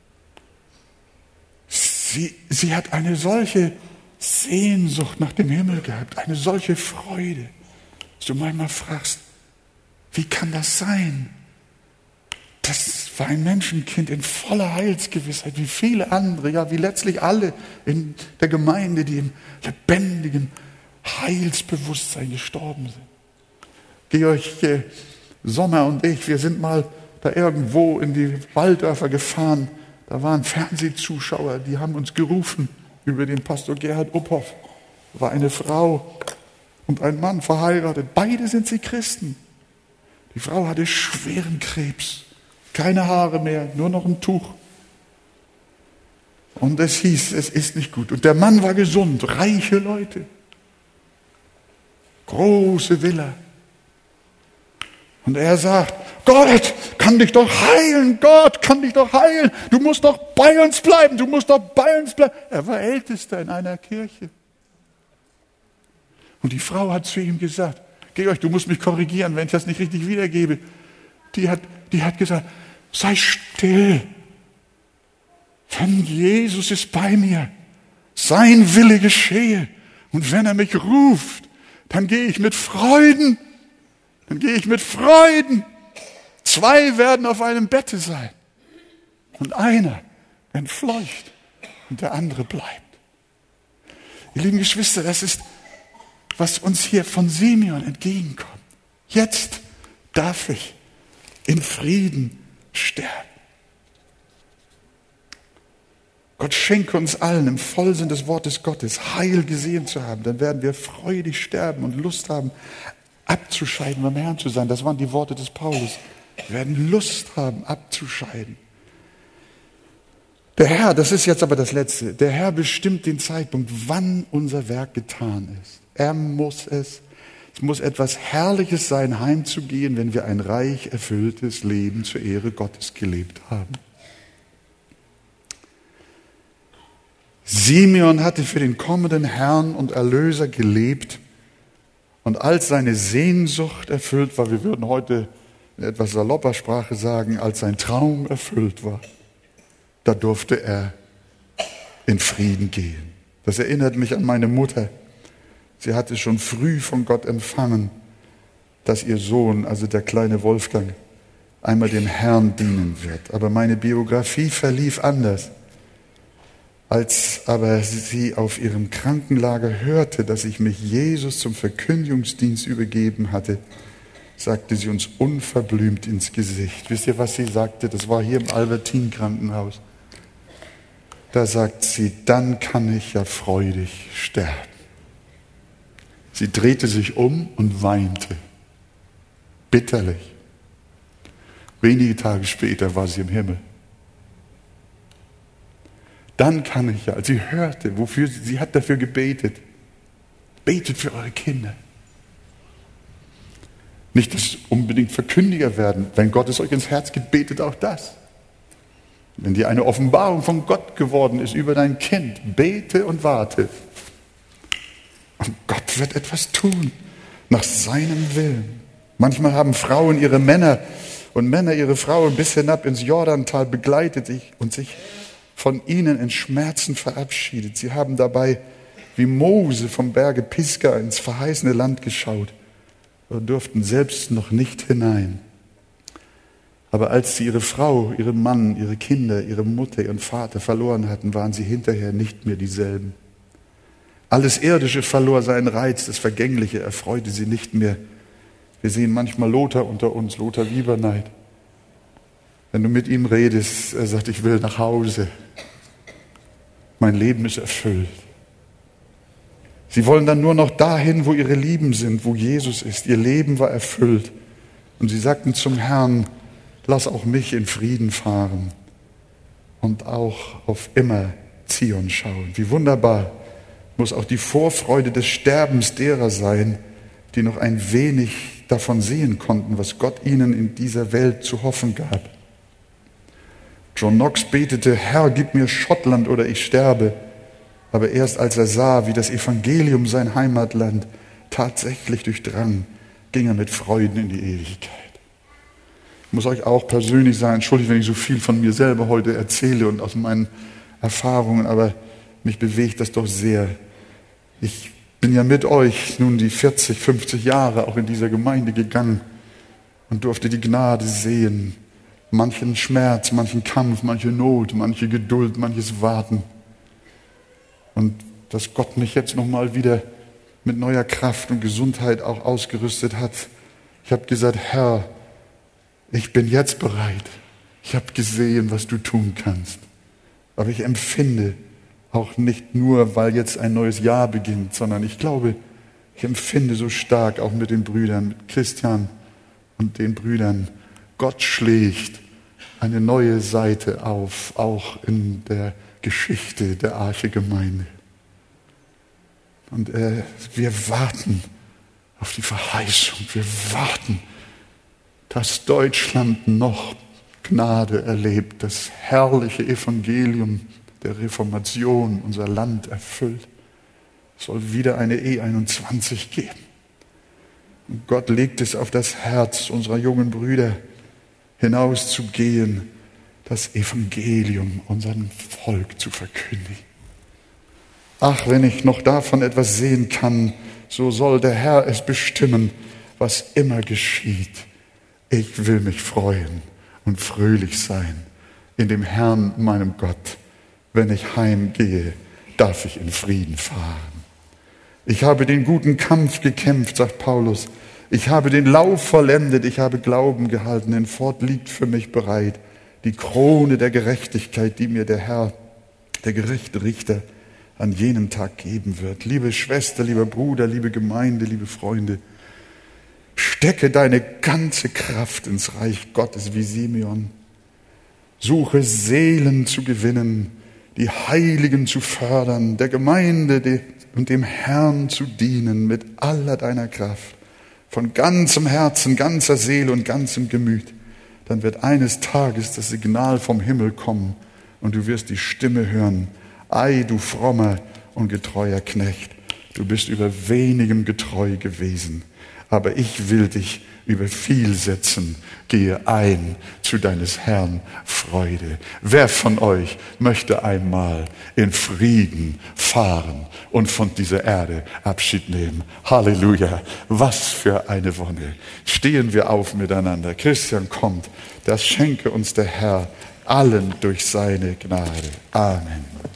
Sie, sie hat eine solche Sehnsucht nach dem Himmel gehabt, eine solche Freude, dass du manchmal fragst, wie kann das sein? Das war ein Menschenkind in voller Heilsgewissheit, wie viele andere, ja, wie letztlich alle in der Gemeinde, die im lebendigen Heilsbewusstsein gestorben sind. Georg äh, Sommer und ich, wir sind mal da irgendwo in die Walddörfer gefahren. Da waren Fernsehzuschauer, die haben uns gerufen über den Pastor Gerhard Uphoff. Da war eine Frau und ein Mann verheiratet. Beide sind sie Christen. Die Frau hatte schweren Krebs. Keine Haare mehr, nur noch ein Tuch. Und es hieß, es ist nicht gut. Und der Mann war gesund, reiche Leute. Große Villa. Und er sagt, Gott kann dich doch heilen, Gott kann dich doch heilen. Du musst doch bei uns bleiben, du musst doch bei uns bleiben. Er war Ältester in einer Kirche. Und die Frau hat zu ihm gesagt, Georg, du musst mich korrigieren, wenn ich das nicht richtig wiedergebe. Die hat, die hat gesagt, sei still. Denn Jesus ist bei mir. Sein Wille geschehe. Und wenn er mich ruft, dann gehe ich mit Freuden. Dann gehe ich mit Freuden. Zwei werden auf einem Bette sein. Und einer entfleucht und der andere bleibt. Ihr lieben Geschwister, das ist, was uns hier von Simeon entgegenkommt. Jetzt darf ich in Frieden sterben. Gott schenke uns allen im Vollsinn des Wortes Gottes Heil gesehen zu haben. Dann werden wir freudig sterben und Lust haben, abzuscheiden, beim Herrn zu sein. Das waren die Worte des Paulus. Wir werden Lust haben, abzuscheiden. Der Herr, das ist jetzt aber das Letzte, der Herr bestimmt den Zeitpunkt, wann unser Werk getan ist. Er muss es, es muss etwas Herrliches sein, heimzugehen, wenn wir ein reich erfülltes Leben zur Ehre Gottes gelebt haben. Simeon hatte für den kommenden Herrn und Erlöser gelebt und als seine Sehnsucht erfüllt war, wir würden heute in etwas salopper Sprache sagen, als sein Traum erfüllt war, da durfte er in Frieden gehen. Das erinnert mich an meine Mutter. Sie hatte schon früh von Gott empfangen, dass ihr Sohn, also der kleine Wolfgang, einmal dem Herrn dienen wird. Aber meine Biografie verlief anders. Als aber sie auf ihrem Krankenlager hörte, dass ich mich Jesus zum Verkündigungsdienst übergeben hatte, sagte sie uns unverblümt ins Gesicht. Wisst ihr, was sie sagte? Das war hier im Albertin-Krankenhaus. Da sagt sie, dann kann ich ja freudig sterben. Sie drehte sich um und weinte. Bitterlich. Wenige Tage später war sie im Himmel. Dann kann ich ja, als sie hörte, wofür sie, sie hat dafür gebetet. Betet für eure Kinder. Nicht, dass unbedingt Verkündiger werden. Wenn Gott es euch ins Herz gibt, betet auch das. Wenn dir eine Offenbarung von Gott geworden ist über dein Kind, bete und warte. Und Gott wird etwas tun, nach seinem Willen. Manchmal haben Frauen ihre Männer und Männer ihre Frauen bis hinab ins Jordantal begleitet und sich von ihnen in Schmerzen verabschiedet. Sie haben dabei wie Mose vom Berge Pisgah ins verheißene Land geschaut, aber durften selbst noch nicht hinein. Aber als sie ihre Frau, ihren Mann, ihre Kinder, ihre Mutter, ihren Vater verloren hatten, waren sie hinterher nicht mehr dieselben. Alles Irdische verlor seinen Reiz, das Vergängliche erfreute sie nicht mehr. Wir sehen manchmal Lothar unter uns, Lothar Lieberneit. Wenn du mit ihm redest, er sagt, ich will nach Hause. Mein Leben ist erfüllt. Sie wollen dann nur noch dahin, wo ihre Lieben sind, wo Jesus ist. Ihr Leben war erfüllt. Und sie sagten zum Herrn, lass auch mich in Frieden fahren und auch auf immer Zion schauen. Wie wunderbar muss auch die Vorfreude des Sterbens derer sein, die noch ein wenig davon sehen konnten, was Gott ihnen in dieser Welt zu hoffen gab. John Knox betete, Herr, gib mir Schottland oder ich sterbe. Aber erst als er sah, wie das Evangelium sein Heimatland tatsächlich durchdrang, ging er mit Freuden in die Ewigkeit. Ich muss euch auch persönlich sagen, entschuldigt, wenn ich so viel von mir selber heute erzähle und aus meinen Erfahrungen, aber mich bewegt das doch sehr. Ich bin ja mit euch nun die vierzig, fünfzig Jahre auch in dieser Gemeinde gegangen und durfte die Gnade sehen, manchen Schmerz, manchen Kampf, manche Not, manche Geduld, manches Warten. Und dass Gott mich jetzt nochmal wieder mit neuer Kraft und Gesundheit auch ausgerüstet hat. Ich habe gesagt, Herr, ich bin jetzt bereit. Ich habe gesehen, was du tun kannst. Aber ich empfinde auch nicht nur, weil jetzt ein neues Jahr beginnt, sondern ich glaube, ich empfinde so stark auch mit den Brüdern, mit Christian und den Brüdern, Gott schlägt eine neue Seite auf, auch in der Geschichte der Arche-Gemeinde. Und äh, wir warten auf die Verheißung, wir warten, dass Deutschland noch Gnade erlebt, das herrliche Evangelium der Reformation unser Land erfüllt. soll wieder eine E einundzwanzig geben. Und Gott legt es auf das Herz unserer jungen Brüder, hinauszugehen, das Evangelium unserem Volk zu verkündigen. Ach, wenn ich noch davon etwas sehen kann, so soll der Herr es bestimmen, was immer geschieht. Ich will mich freuen und fröhlich sein in dem Herrn, meinem Gott. Wenn ich heimgehe, darf ich in Frieden fahren. Ich habe den guten Kampf gekämpft, sagt Paulus. Ich habe den Lauf vollendet, ich habe Glauben gehalten, denn fort liegt für mich bereit die Krone der Gerechtigkeit, die mir der Herr, der gerechte Richter, an jenem Tag geben wird. Liebe Schwester, lieber Bruder, liebe Gemeinde, liebe Freunde, stecke deine ganze Kraft ins Reich Gottes wie Simeon. Suche Seelen zu gewinnen, die Heiligen zu fördern, der Gemeinde und dem Herrn zu dienen mit aller deiner Kraft, von ganzem Herzen, ganzer Seele und ganzem Gemüt. Dann wird eines Tages das Signal vom Himmel kommen und du wirst die Stimme hören. Ei, du frommer und getreuer Knecht, du bist über wenigem getreu gewesen, aber ich will dich über viel setzen. Gehe ein zu deines Herrn Freude. Wer von euch möchte einmal in Frieden fahren und von dieser Erde Abschied nehmen? Halleluja, was für eine Wonne. Stehen wir auf miteinander. Christian kommt, das schenke uns der Herr allen durch seine Gnade. Amen.